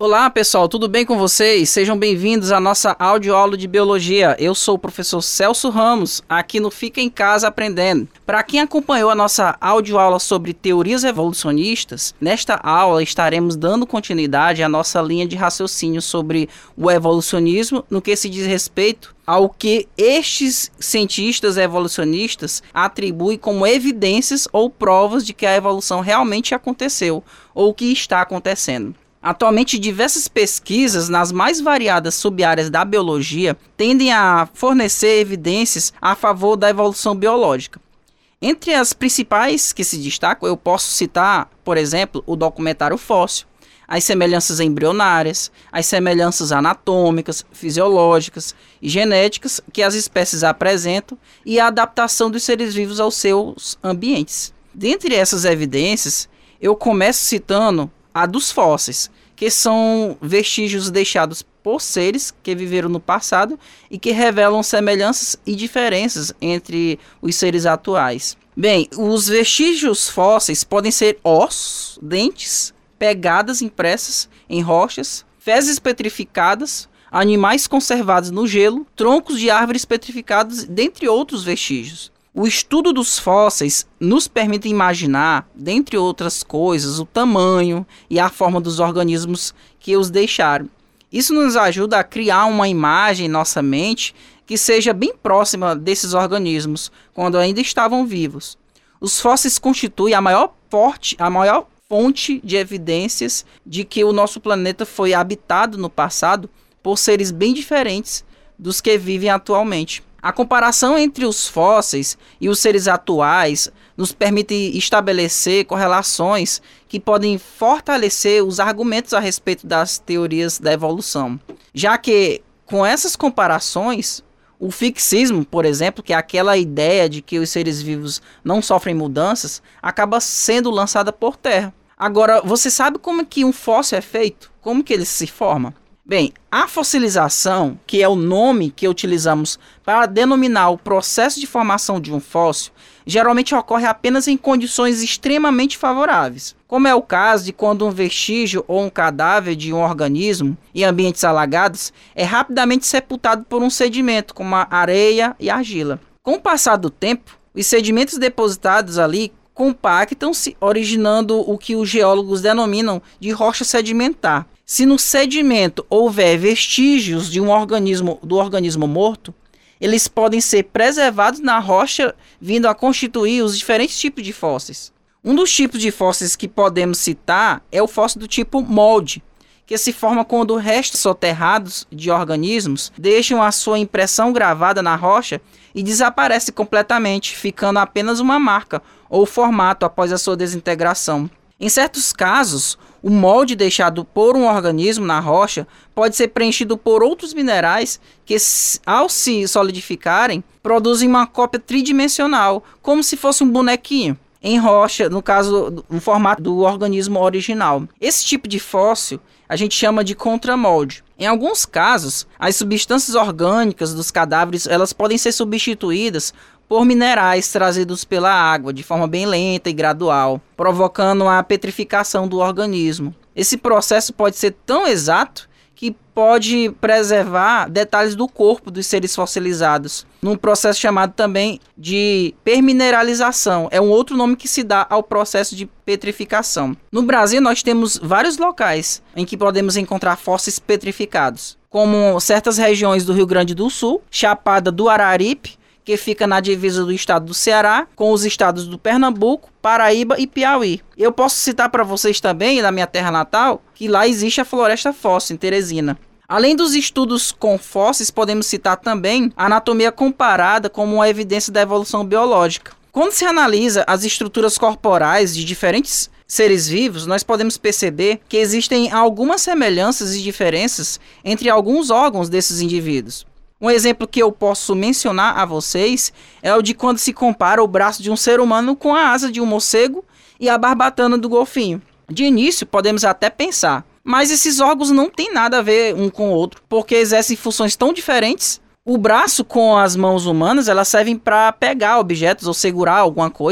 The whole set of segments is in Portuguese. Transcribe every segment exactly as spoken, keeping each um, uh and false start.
Olá pessoal, tudo bem com vocês? Sejam bem-vindos à nossa audioaula de Biologia. Eu sou o professor Celso Ramos, aqui no Fica em Casa Aprendendo. Para quem acompanhou a nossa audioaula sobre teorias evolucionistas, nesta aula estaremos dando continuidade à nossa linha de raciocínio sobre o evolucionismo no que se diz respeito ao que estes cientistas evolucionistas atribuem como evidências ou provas de que a evolução realmente aconteceu ou que está acontecendo. Atualmente, diversas pesquisas nas mais variadas sub-áreas da biologia tendem a fornecer evidências a favor da evolução biológica. Entre as principais que se destacam, eu posso citar, por exemplo, o documentário fóssil, as semelhanças embrionárias, as semelhanças anatômicas, fisiológicas e genéticas que as espécies apresentam e a adaptação dos seres vivos aos seus ambientes. Dentre essas evidências, eu começo citando a dos fósseis, que são vestígios deixados por seres que viveram no passado e que revelam semelhanças e diferenças entre os seres atuais. Bem, os vestígios fósseis podem ser ossos, dentes, pegadas impressas em rochas, fezes petrificadas, animais conservados no gelo, troncos de árvores petrificados, dentre outros vestígios. O estudo dos fósseis nos permite imaginar, dentre outras coisas, o tamanho e a forma dos organismos que os deixaram. Isso nos ajuda a criar uma imagem em nossa mente que seja bem próxima desses organismos, quando ainda estavam vivos. Os fósseis constituem a maior, forte, a maior fonte de evidências de que o nosso planeta foi habitado no passado por seres bem diferentes dos que vivem atualmente. A comparação entre os fósseis e os seres atuais nos permite estabelecer correlações que podem fortalecer os argumentos a respeito das teorias da evolução, já que, com essas comparações, o fixismo, por exemplo, que é aquela ideia de que os seres vivos não sofrem mudanças, acaba sendo lançada por terra. Agora, você sabe como é que um fóssil é feito? Como que ele se forma? Bem, a fossilização, que é o nome que utilizamos para denominar o processo de formação de um fóssil, geralmente ocorre apenas em condições extremamente favoráveis, como é o caso de quando um vestígio ou um cadáver de um organismo em ambientes alagados é rapidamente sepultado por um sedimento, como a areia e a argila. Com o passar do tempo, os sedimentos depositados ali compactam-se, originando o que os geólogos denominam de rocha sedimentar. Se no sedimento houver vestígios de um organismo, do organismo morto, eles podem ser preservados na rocha, vindo a constituir os diferentes tipos de fósseis. Um dos tipos de fósseis que podemos citar é o fóssil do tipo molde, que se forma quando restos soterrados de organismos deixam a sua impressão gravada na rocha e desaparece completamente, ficando apenas uma marca ou formato após a sua desintegração. Em certos casos, o molde deixado por um organismo na rocha pode ser preenchido por outros minerais que, ao se solidificarem, produzem uma cópia tridimensional, como se fosse um bonequinho, em rocha, no caso, no formato do organismo original. Esse tipo de fóssil a gente chama de contramolde. Em alguns casos, as substâncias orgânicas dos cadáveres elas podem ser substituídas por minerais trazidos pela água de forma bem lenta e gradual, provocando a petrificação do organismo. Esse processo pode ser tão exato que pode preservar detalhes do corpo dos seres fossilizados, num processo chamado também de permineralização. É um outro nome que se dá ao processo de petrificação. No Brasil, nós temos vários locais em que podemos encontrar fósseis petrificados, como certas regiões do Rio Grande do Sul, Chapada do Araripe, que fica na divisa do estado do Ceará, com os estados do Pernambuco, Paraíba e Piauí. Eu posso citar para vocês também, na minha terra natal, que lá existe a floresta fóssil, em Teresina. Além dos estudos com fósseis, podemos citar também a anatomia comparada como uma evidência da evolução biológica. Quando se analisa as estruturas corporais de diferentes seres vivos, nós podemos perceber que existem algumas semelhanças e diferenças entre alguns órgãos desses indivíduos. Um exemplo que eu posso mencionar a vocês é o de quando se compara o braço de um ser humano com a asa de um morcego e a barbatana do golfinho. De início, podemos até pensar, mas esses órgãos não têm nada a ver um com o outro, porque exercem funções tão diferentes. O braço com as mãos humanas, elas servem para pegar objetos ou segurar alguma coisa.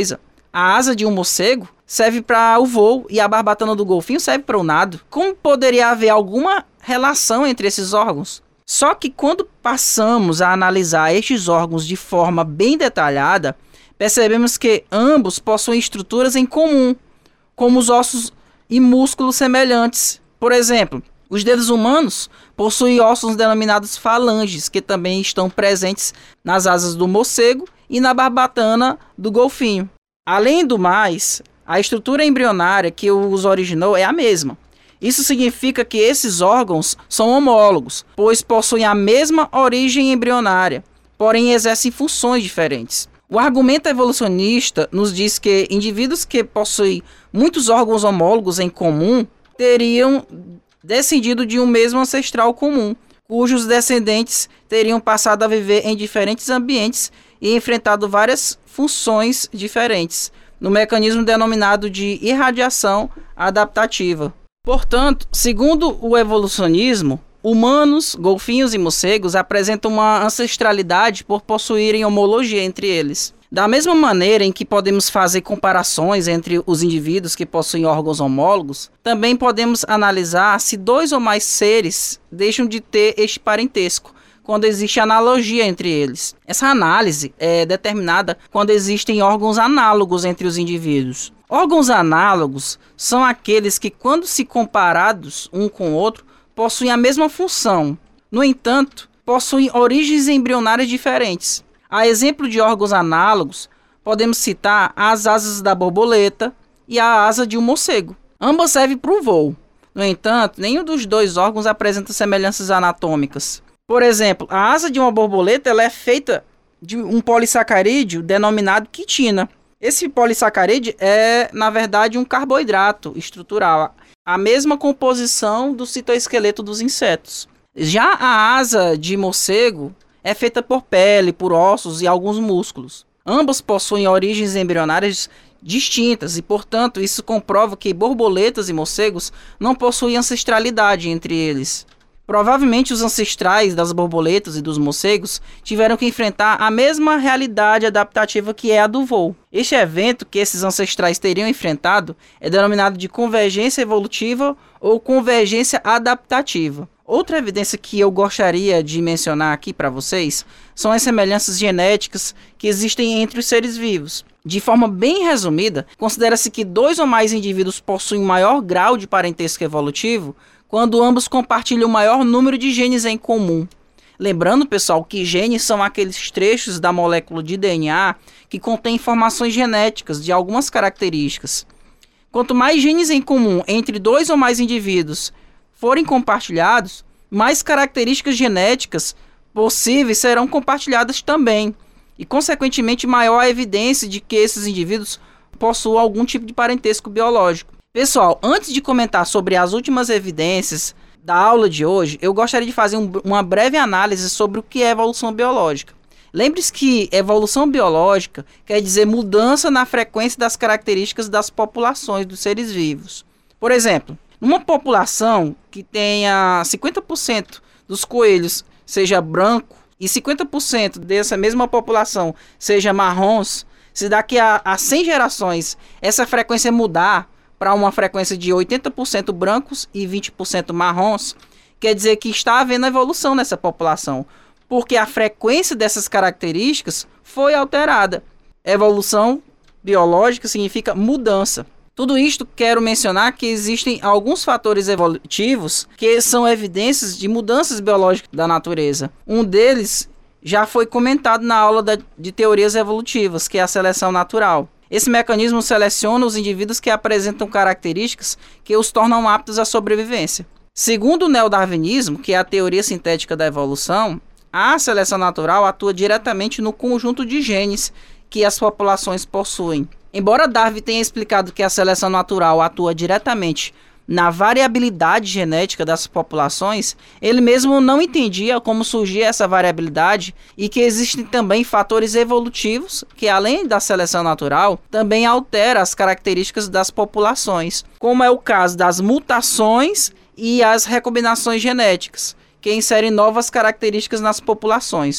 a asa de um morcego serve para o voo e a barbatana do golfinho serve para o nado. Como poderia haver alguma relação entre esses órgãos? Só que quando passamos a analisar estes órgãos de forma bem detalhada, percebemos que ambos possuem estruturas em comum, como os ossos e músculos semelhantes. Por exemplo, os dedos humanos possuem ossos denominados falanges, que também estão presentes nas asas do morcego e na barbatana do golfinho. Além do mais, a estrutura embrionária que os originou é a mesma. Isso significa que esses órgãos são homólogos, pois possuem a mesma origem embrionária, porém exercem funções diferentes. O argumento evolucionista nos diz que indivíduos que possuem muitos órgãos homólogos em comum teriam descendido de um mesmo ancestral comum, cujos descendentes teriam passado a viver em diferentes ambientes e enfrentado várias funções diferentes, no mecanismo denominado de irradiação adaptativa. Portanto, segundo o evolucionismo, humanos, golfinhos e morcegos apresentam uma ancestralidade por possuírem homologia entre eles. Da mesma maneira em que podemos fazer comparações entre os indivíduos que possuem órgãos homólogos, também podemos analisar se dois ou mais seres deixam de ter este parentesco, quando existe analogia entre eles. Essa análise é determinada quando existem órgãos análogos entre os indivíduos. Órgãos análogos são aqueles que, quando se comparados um com o outro, possuem a mesma função. No entanto, possuem origens embrionárias diferentes. A exemplo de órgãos análogos, podemos citar as asas da borboleta e a asa de um morcego. Ambas servem para o voo. No entanto, nenhum dos dois órgãos apresenta semelhanças anatômicas. Por exemplo, a asa de uma borboleta ela é feita de um polissacarídeo denominado quitina. Esse polissacarídeo é, na verdade, um carboidrato estrutural, a mesma composição do citoesqueleto dos insetos. Já a asa de morcego é feita por pele, por ossos e alguns músculos. Ambas possuem origens embrionárias distintas e, portanto, isso comprova que borboletas e morcegos não possuem ancestralidade entre eles. Provavelmente os ancestrais das borboletas e dos morcegos tiveram que enfrentar a mesma realidade adaptativa que é a do voo. Este evento que esses ancestrais teriam enfrentado é denominado de convergência evolutiva ou convergência adaptativa. Outra evidência que eu gostaria de mencionar aqui para vocês são as semelhanças genéticas que existem entre os seres vivos. De forma bem resumida, considera-se que dois ou mais indivíduos possuem maior grau de parentesco evolutivo quando ambos compartilham o maior número de genes em comum. Lembrando, pessoal, que genes são aqueles trechos da molécula de D N A que contêm informações genéticas de algumas características. Quanto mais genes em comum entre dois ou mais indivíduos forem compartilhados, mais características genéticas possíveis serão compartilhadas também, e consequentemente maior a evidência de que esses indivíduos possuam algum tipo de parentesco biológico. Pessoal, antes de comentar sobre as últimas evidências da aula de hoje, eu gostaria de fazer um, uma breve análise sobre o que é evolução biológica. Lembre-se que evolução biológica quer dizer mudança na frequência das características das populações dos seres vivos. Por exemplo, numa população que tenha cinquenta por cento dos coelhos seja branco e cinquenta por cento dessa mesma população seja marrons, se daqui a, a cem gerações essa frequência mudar para uma frequência de oitenta por cento brancos e vinte por cento marrons, quer dizer que está havendo evolução nessa população, porque a frequência dessas características foi alterada. Evolução biológica significa mudança. Tudo isto quero mencionar que existem alguns fatores evolutivos que são evidências de mudanças biológicas da natureza. Um deles já foi comentado na aula da, de teorias evolutivas, que é a seleção natural. Esse mecanismo seleciona os indivíduos que apresentam características que os tornam aptos à sobrevivência. Segundo o neodarwinismo, que é a teoria sintética da evolução, a seleção natural atua diretamente no conjunto de genes que as populações possuem. Embora Darwin tenha explicado que a seleção natural atua diretamente na variabilidade genética das populações, ele mesmo não entendia como surgia essa variabilidade e que existem também fatores evolutivos que, além da seleção natural, também alteram as características das populações, como é o caso das mutações e as recombinações genéticas, que inserem novas características nas populações.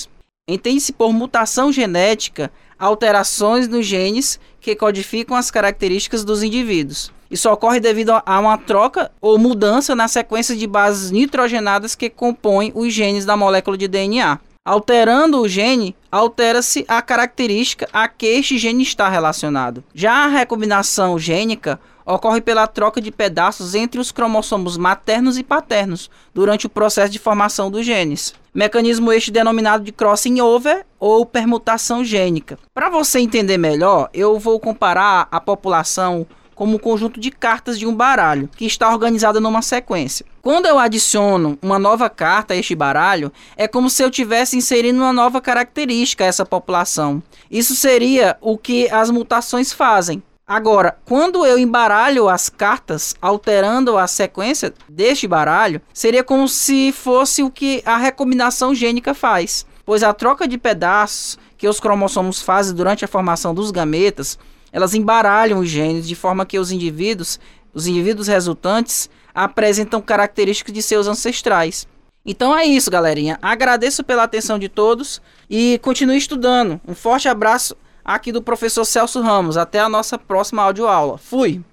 Entende-se por mutação genética alterações nos genes que codificam as características dos indivíduos. Isso ocorre devido a uma troca ou mudança na sequência de bases nitrogenadas que compõem os genes da molécula de D N A. Alterando o gene, altera-se a característica a que este gene está relacionado. Já a recombinação gênica ocorre pela troca de pedaços entre os cromossomos maternos e paternos durante o processo de formação dos genes. Mecanismo este denominado de crossing over ou permutação gênica. Para você entender melhor, eu vou comparar a população como um conjunto de cartas de um baralho, que está organizada numa sequência. Quando eu adiciono uma nova carta a este baralho, é como se eu estivesse inserindo uma nova característica a essa população. Isso seria o que as mutações fazem. Agora, quando eu embaralho as cartas, alterando a sequência deste baralho, seria como se fosse o que a recombinação gênica faz, pois a troca de pedaços que os cromossomos fazem durante a formação dos gametas, elas embaralham os genes de forma que os indivíduos, os indivíduos resultantes, apresentam características de seus ancestrais. Então é isso, galerinha. Agradeço pela atenção de todos e continue estudando. Um forte abraço aqui do professor Celso Ramos. Até a nossa próxima audioaula. Fui!